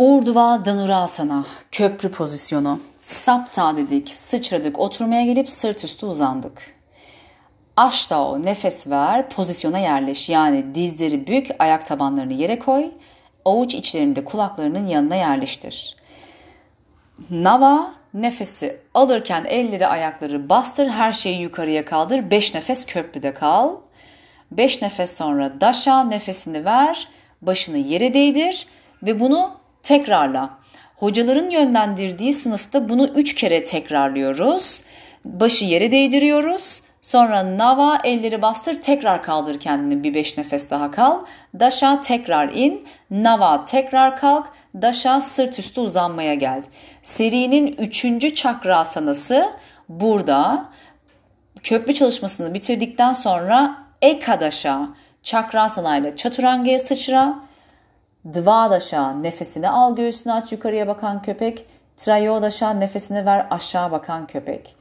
Urdhva Dhanurasana, köprü pozisyonu. Sapta dedik, sıçradık, oturmaya gelip sırt üstü uzandık. Ashtao, nefes ver, pozisyona yerleş. Yani dizleri bük, ayak tabanlarını yere koy. Avuç içlerinde kulaklarının yanına yerleştir. Nava, nefesi alırken elleri ayakları bastır, her şeyi yukarıya kaldır. 5 nefes köprüde kal. 5 nefes sonra Dasha, nefesini ver, başını yere değdir ve bunu tekrarla. Hocaların yönlendirdiği sınıfta bunu 3 kere tekrarlıyoruz. Başı yere değdiriyoruz. Sonra Nava, elleri bastır, tekrar kaldır kendini, bir 5 nefes daha kal. Dasha, tekrar in. Nava, tekrar kalk. Dasha, sırt üstü uzanmaya gel. Serinin 3. çakrasanası burada. Köprü çalışmasını bitirdikten sonra Ekadasha, çakrasana ile Chaturanga'ya sıçra. Dvadasha, nefesini al, göğsünü aç, yukarıya bakan köpek. Trayodasha, nefesini ver, aşağı bakan köpek.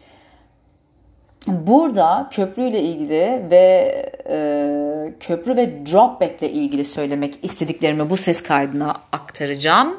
Burada köprüyle ilgili ve köprü ve drop back ile ilgili söylemek istediklerimi bu ses kaydına aktaracağım.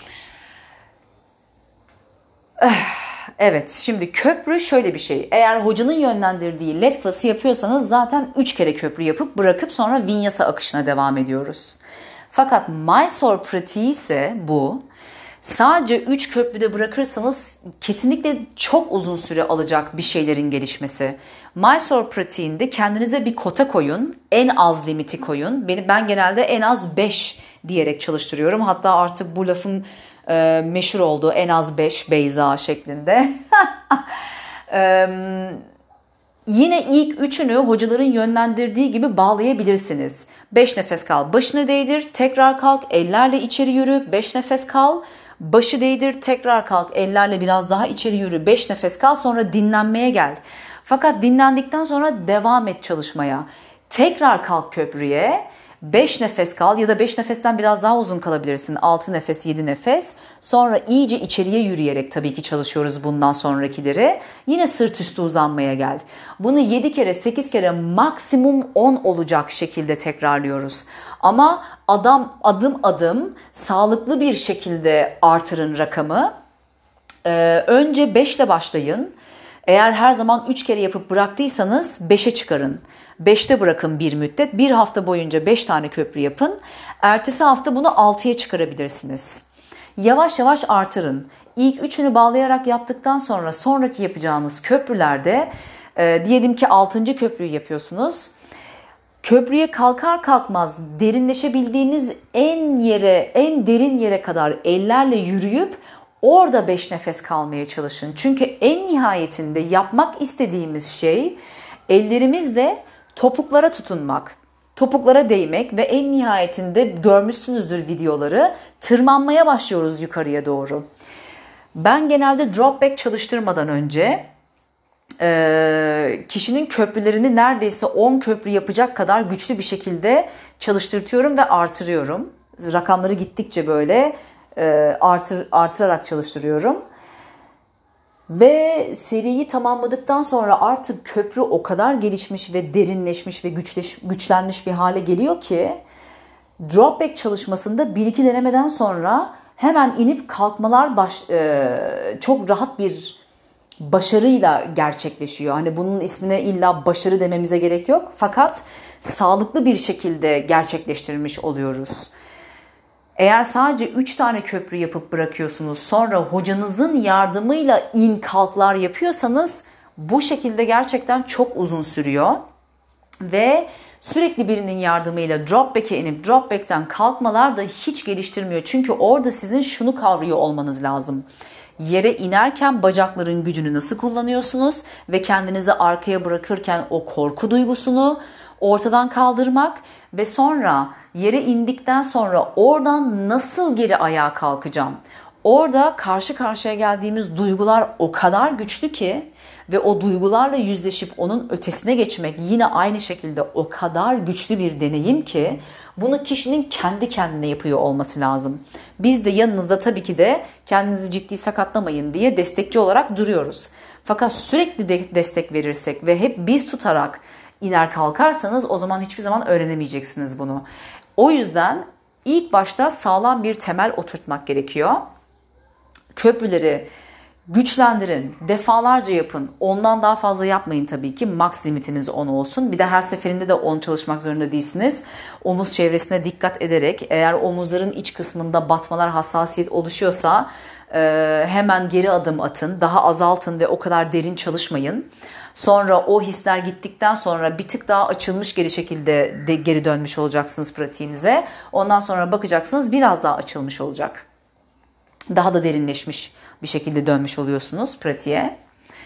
Evet, şimdi köprü şöyle bir şey. Eğer hocanın yönlendirdiği LED klası yapıyorsanız zaten 3 kere köprü yapıp bırakıp sonra vinyasa akışına devam ediyoruz. Fakat Mysore pratiği ise bu. Sadece 3 köprüde bırakırsanız kesinlikle çok uzun süre alacak bir şeylerin gelişmesi. Mysore pratiğinde kendinize bir kota koyun. En az limiti koyun. Ben genelde en az 5 diyerek çalıştırıyorum. Hatta artık bu lafın meşhur olduğu en az 5 Beyza şeklinde. Yine ilk 3'ünü hocaların yönlendirdiği gibi bağlayabilirsiniz. 5 nefes kal, başını değdir, tekrar kalk, ellerle içeri yürü, 5 nefes kal. Başı değdir, tekrar kalk, ellerle biraz daha içeri yürü, 5 nefes kal, sonra dinlenmeye gel. Fakat dinlendikten sonra devam et çalışmaya. Tekrar kalk köprüye, 5 nefes kal ya da 5 nefesten biraz daha uzun kalabilirsin. 6 nefes, 7 nefes. Sonra iyice içeriye yürüyerek tabii ki çalışıyoruz bundan sonrakileri. Yine sırt üstü uzanmaya gel. Bunu 7 kere, 8 kere, maksimum 10 olacak şekilde tekrarlıyoruz. Ama adım adım sağlıklı bir şekilde artırın rakamı. Önce 5 ile başlayın. Eğer her zaman 3 kere yapıp bıraktıysanız 5'e çıkarın. 5'te bırakın bir müddet. Bir hafta boyunca 5 tane köprü yapın. Ertesi hafta bunu 6'ya çıkarabilirsiniz. Yavaş yavaş artırın. İlk 3'ünü bağlayarak yaptıktan sonra sonraki yapacağınız köprülerde diyelim ki 6. köprüyü yapıyorsunuz. Köprüye kalkar kalkmaz derinleşebildiğiniz en derin yere kadar ellerle yürüyüp orada 5 nefes kalmaya çalışın. Çünkü en nihayetinde yapmak istediğimiz şey ellerimizle topuklara tutunmak, topuklara değmek ve en nihayetinde görmüşsünüzdür videoları, tırmanmaya başlıyoruz yukarıya doğru. Ben genelde drop back çalıştırmadan önce kişinin köprülerini neredeyse 10 köprü yapacak kadar güçlü bir şekilde çalıştırtıyorum ve artırıyorum. Rakamları gittikçe böyle artırarak çalıştırıyorum. Ve seriyi tamamladıktan sonra artık köprü o kadar gelişmiş ve derinleşmiş ve güçlenmiş bir hale geliyor ki drop back çalışmasında 1-2 denemeden sonra hemen inip kalkmalar çok rahat bir başarıyla gerçekleşiyor. Hani bunun ismine illa başarı dememize gerek yok. Fakat sağlıklı bir şekilde gerçekleştirmiş oluyoruz. Eğer sadece 3 tane köprü yapıp bırakıyorsunuz, sonra hocanızın yardımıyla in kalklar yapıyorsanız bu şekilde gerçekten çok uzun sürüyor. Ve sürekli birinin yardımıyla drop back'e inip drop back'ten kalkmalar da hiç geliştirmiyor. Çünkü orada sizin şunu kavruyor olmanız lazım. Yere inerken bacakların gücünü nasıl kullanıyorsunuz ve kendinizi arkaya bırakırken o korku duygusunu ortadan kaldırmak ve sonra yere indikten sonra oradan nasıl geri ayağa kalkacağım? Orada karşı karşıya geldiğimiz duygular o kadar güçlü ki ve o duygularla yüzleşip onun ötesine geçmek yine aynı şekilde o kadar güçlü bir deneyim ki bunu kişinin kendi kendine yapıyor olması lazım. Biz de yanınızda tabii ki de kendinizi ciddi sakatlamayın diye destekçi olarak duruyoruz. Fakat sürekli destek verirsek ve hep biz tutarak iner kalkarsanız o zaman hiçbir zaman öğrenemeyeceksiniz bunu. O yüzden İlk başta sağlam bir temel oturtmak gerekiyor. Köprüleri güçlendirin, defalarca yapın. Ondan daha fazla yapmayın tabii ki. Max limitiniz 10 olsun. Bir de her seferinde de 10 çalışmak zorunda değilsiniz. Omuz çevresine dikkat ederek, eğer omuzların iç kısmında batmalar, hassasiyet oluşuyorsa hemen geri adım atın. Daha azaltın ve o kadar derin çalışmayın. Sonra o hisler gittikten sonra bir tık daha açılmış geri şekilde geri dönmüş olacaksınız pratiğinize. Ondan sonra bakacaksınız biraz daha açılmış olacak. Daha da derinleşmiş bir şekilde dönmüş oluyorsunuz pratiğe.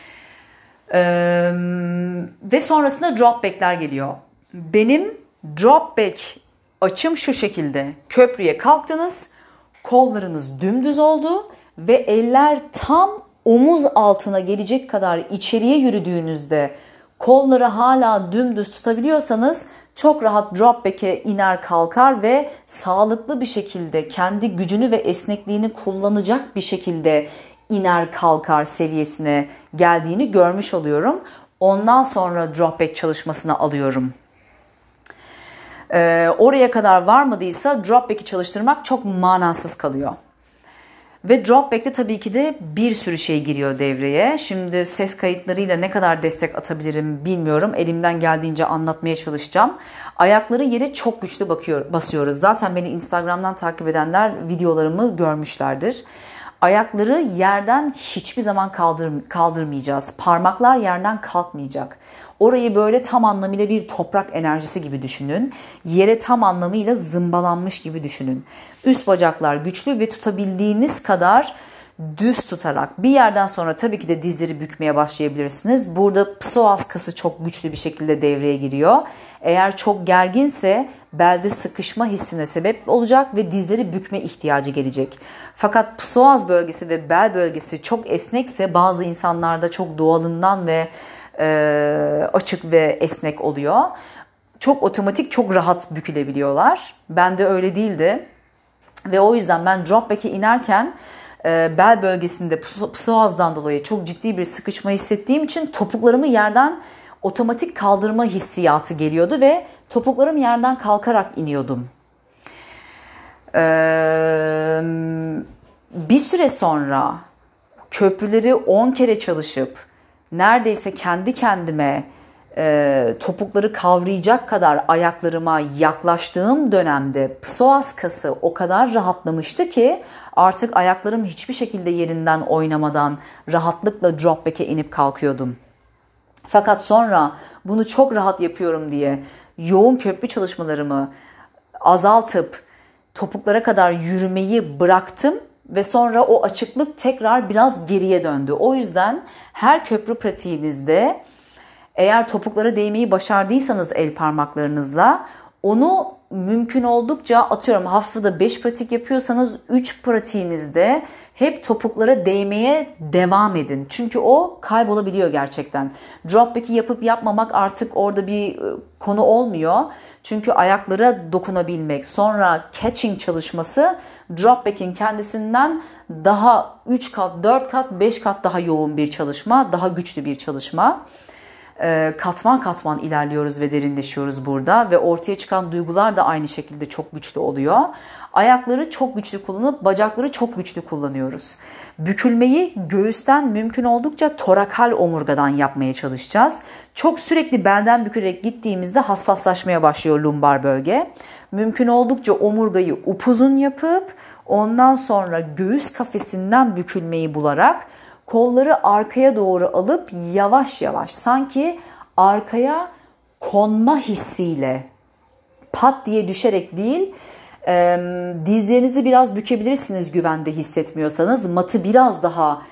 Ve sonrasında drop back'ler geliyor. Benim drop back açım şu şekilde. Köprüye kalktınız, kollarınız dümdüz oldu ve eller tam omuz altına gelecek kadar içeriye yürüdüğünüzde kolları hala dümdüz tutabiliyorsanız çok rahat drop back'e iner kalkar ve sağlıklı bir şekilde kendi gücünü ve esnekliğini kullanacak bir şekilde iner kalkar seviyesine geldiğini görmüş oluyorum. Ondan sonra drop back çalışmasına alıyorum. Oraya kadar varmadıysa drop back'i çalıştırmak çok manasız kalıyor. Ve drop back'te tabii ki de bir sürü şey giriyor devreye. Şimdi ses kayıtlarıyla ne kadar destek atabilirim bilmiyorum. Elimden geldiğince anlatmaya çalışacağım. Ayakları yere çok güçlü basıyoruz. Zaten beni Instagram'dan takip edenler videolarımı görmüşlerdir. Ayakları yerden hiçbir zaman kaldırmayacağız. Parmaklar yerden kalkmayacak. Orayı böyle tam anlamıyla bir toprak enerjisi gibi düşünün. Yere tam anlamıyla zımbalanmış gibi düşünün. Üst bacaklar güçlü ve tutabildiğiniz kadar düz tutarak. Bir yerden sonra tabii ki de dizleri bükmeye başlayabilirsiniz. Burada psoas kası çok güçlü bir şekilde devreye giriyor. Eğer çok gerginse belde sıkışma hissine sebep olacak ve dizleri bükme ihtiyacı gelecek. Fakat psoas bölgesi ve bel bölgesi çok esnekse bazı insanlarda çok doğalından ve açık ve esnek oluyor. Çok otomatik, çok rahat bükülebiliyorlar. Bende öyle değildi. Ve o yüzden ben drop back'e inerken bel bölgesinde psoas'dan dolayı çok ciddi bir sıkışma hissettiğim için topuklarımı yerden otomatik kaldırma hissiyatı geliyordu ve topuklarım yerden kalkarak iniyordum. Bir süre sonra köprüleri 10 kere çalışıp neredeyse kendi kendime topukları kavrayacak kadar ayaklarıma yaklaştığım dönemde psoas kası o kadar rahatlamıştı ki artık ayaklarım hiçbir şekilde yerinden oynamadan rahatlıkla drop back'e inip kalkıyordum. Fakat sonra bunu çok rahat yapıyorum diye yoğun köprü çalışmalarımı azaltıp topuklara kadar yürümeyi bıraktım ve sonra o açıklık tekrar biraz geriye döndü. O yüzden her köprü pratiğinizde eğer topuklara değmeyi başardıysanız el parmaklarınızla onu mümkün oldukça atıyorum haftada 5 pratik yapıyorsanız 3 pratiğinizde hep topuklara değmeye devam edin. Çünkü o kaybolabiliyor gerçekten. Drop back'i yapıp yapmamak artık orada bir konu olmuyor. Çünkü ayaklara dokunabilmek, sonra catching çalışması drop back'in kendisinden daha 3 kat, 4 kat, 5 kat daha yoğun bir çalışma, daha güçlü bir çalışma. Katman katman ilerliyoruz ve derinleşiyoruz burada ve ortaya çıkan duygular da aynı şekilde çok güçlü oluyor. Ayakları çok güçlü kullanıp bacakları çok güçlü kullanıyoruz. Bükülmeyi göğüsten mümkün oldukça torakal omurgadan yapmaya çalışacağız. Çok sürekli belden bükülerek gittiğimizde hassaslaşmaya başlıyor lumbar bölge. Mümkün oldukça omurgayı upuzun yapıp ondan sonra göğüs kafesinden bükülmeyi bularak kolları arkaya doğru alıp yavaş yavaş sanki arkaya konma hissiyle pat diye düşerek değil, dizlerinizi biraz bükebilirsiniz güvende hissetmiyorsanız. Matı biraz daha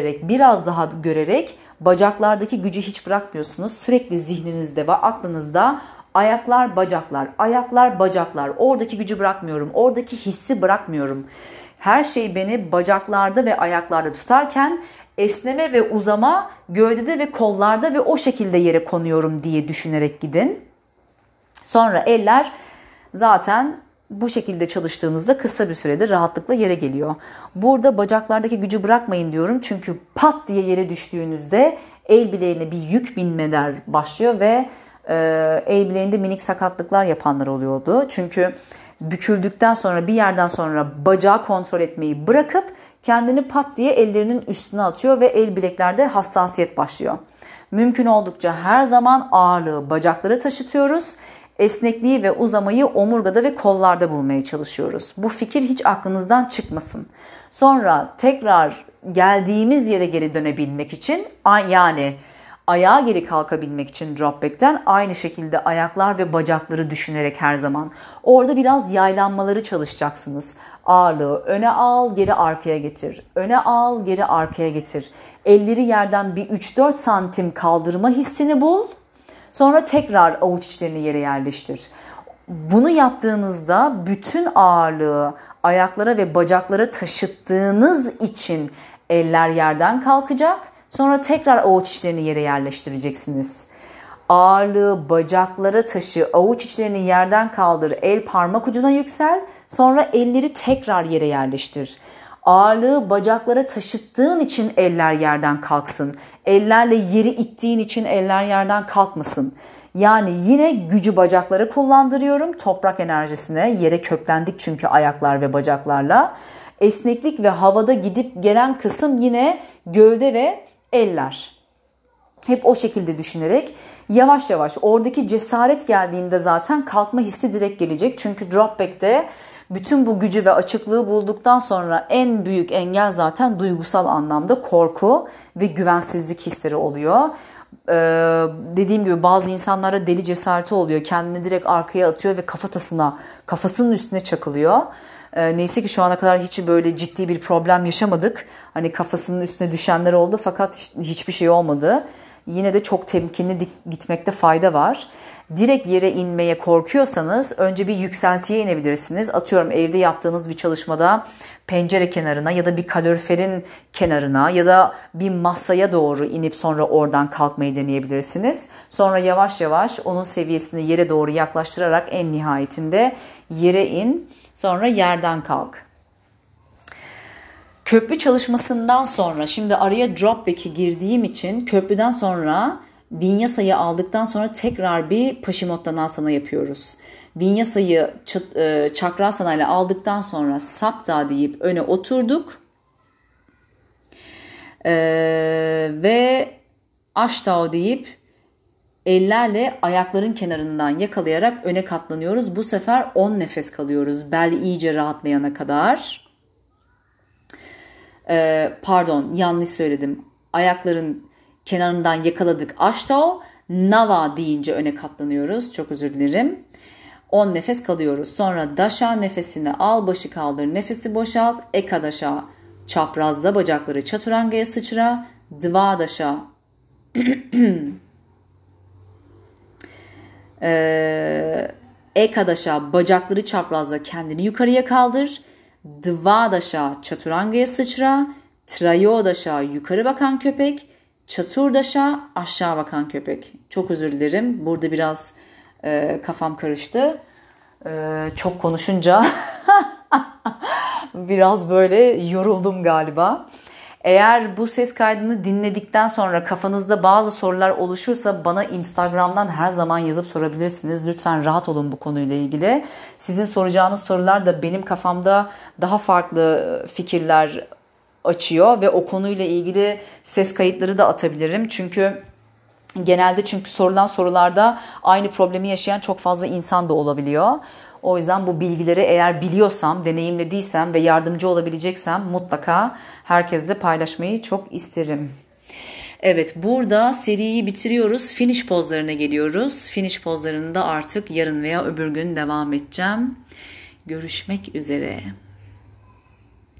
görerek bacaklardaki gücü hiç bırakmıyorsunuz. Sürekli zihninizde ve aklınızda ayaklar bacaklar, ayaklar bacaklar. Oradaki gücü bırakmıyorum, oradaki hissi bırakmıyorum. Her şey beni bacaklarda ve ayaklarda tutarken esneme ve uzama gövdede ve kollarda ve o şekilde yere konuyorum diye düşünerek gidin. Sonra eller zaten bu şekilde çalıştığınızda kısa bir sürede rahatlıkla yere geliyor. Burada bacaklardaki gücü bırakmayın diyorum. Çünkü pat diye yere düştüğünüzde el bileğine bir yük binmeler başlıyor ve el bileğinde minik sakatlıklar yapanlar oluyordu. Çünkü büküldükten sonra bir yerden sonra bacağı kontrol etmeyi bırakıp kendini pat diye ellerinin üstüne atıyor ve el bileklerde hassasiyet başlıyor. Mümkün oldukça her zaman ağırlığı bacaklara taşıtıyoruz. Esnekliği ve uzamayı omurgada ve kollarda bulmaya çalışıyoruz. Bu fikir hiç aklınızdan çıkmasın. Sonra tekrar geldiğimiz yere geri dönebilmek için, yani ayağa geri kalkabilmek için drop back'ten aynı şekilde ayaklar ve bacakları düşünerek her zaman. Orada biraz yaylanmaları çalışacaksınız. Ağırlığı öne al, geri arkaya getir. Öne al, geri arkaya getir. Elleri yerden bir 3-4 santim kaldırma hissini bul. Sonra tekrar avuç içlerini yere yerleştir. Bunu yaptığınızda bütün ağırlığı ayaklara ve bacaklara taşıttığınız için eller yerden kalkacak. Sonra tekrar avuç içlerini yere yerleştireceksiniz. Ağırlığı bacaklara taşı, avuç içlerini yerden kaldır, el parmak ucuna yüksel. Sonra elleri tekrar yere yerleştir. Ağırlığı bacaklara taşıttığın için eller yerden kalksın. Ellerle yeri ittiğin için eller yerden kalkmasın. Yani yine gücü bacaklara kullandırıyorum. Toprak enerjisine, yere köklendik çünkü ayaklar ve bacaklarla. Esneklik ve havada gidip gelen kısım yine gövde ve eller. Hep o şekilde düşünerek yavaş yavaş oradaki cesaret geldiğinde zaten kalkma hissi direkt gelecek. Çünkü drop back'te bütün bu gücü ve açıklığı bulduktan sonra en büyük engel zaten duygusal anlamda korku ve güvensizlik hisleri oluyor. Dediğim gibi bazı insanlara deli cesareti oluyor. Kendini direkt arkaya atıyor ve kafasının üstüne çakılıyor. Neyse ki şu ana kadar hiç böyle ciddi bir problem yaşamadık. Hani kafasının üstüne düşenler oldu fakat hiçbir şey olmadı. Yine de çok temkinli gitmekte fayda var. Direkt yere inmeye korkuyorsanız önce bir yükseltiye inebilirsiniz. Atıyorum evde yaptığınız bir çalışmada pencere kenarına ya da bir kaloriferin kenarına ya da bir masaya doğru inip sonra oradan kalkmayı deneyebilirsiniz. Sonra yavaş yavaş onun seviyesini yere doğru yaklaştırarak en nihayetinde yere in, sonra yerden kalk. Köprü çalışmasından sonra, şimdi araya drop back'i girdiğim için köprüden sonra Vinyasa'yı aldıktan sonra tekrar bir Paschimottanasana yapıyoruz. Vinyasa'yı Chakrasana ile aldıktan sonra Sapta deyip öne oturduk. Ve Ashtau deyip ellerle ayakların kenarından yakalayarak öne katlanıyoruz. Bu sefer 10 nefes kalıyoruz. Bel iyice rahatlayana kadar. Pardon, yanlış söyledim. Ayakların kenarından yakaladık Ashtau. Nava deyince öne katlanıyoruz. Çok özür dilerim. 10 nefes kalıyoruz. Sonra Dasha nefesini al, başı kaldır, nefesi boşalt. Ekadasha çaprazda bacakları Chaturanga'ya sıçra. Dvadasha Ekadasha bacakları çaprazda kendini yukarıya kaldır. Dvadasha Chaturanga'ya sıçra. Trayodasha yukarı bakan köpek. Chaturdasha aşağı bakan köpek. Çok özür dilerim. Burada biraz kafam karıştı. Çok konuşunca biraz böyle yoruldum galiba. Eğer bu ses kaydını dinledikten sonra kafanızda bazı sorular oluşursa bana Instagram'dan her zaman yazıp sorabilirsiniz. Lütfen rahat olun bu konuyla ilgili. Sizin soracağınız sorular da benim kafamda daha farklı fikirler açıyor ve o konuyla ilgili ses kayıtları da atabilirim. Çünkü sorulan sorularda aynı problemi yaşayan çok fazla insan da olabiliyor. O yüzden bu bilgileri eğer biliyorsam, deneyimlediysem ve yardımcı olabileceksem mutlaka herkesle paylaşmayı çok isterim. Evet, burada seriyi bitiriyoruz. Finish pozlarına geliyoruz. Finish pozlarında artık yarın veya öbür gün devam edeceğim. Görüşmek üzere.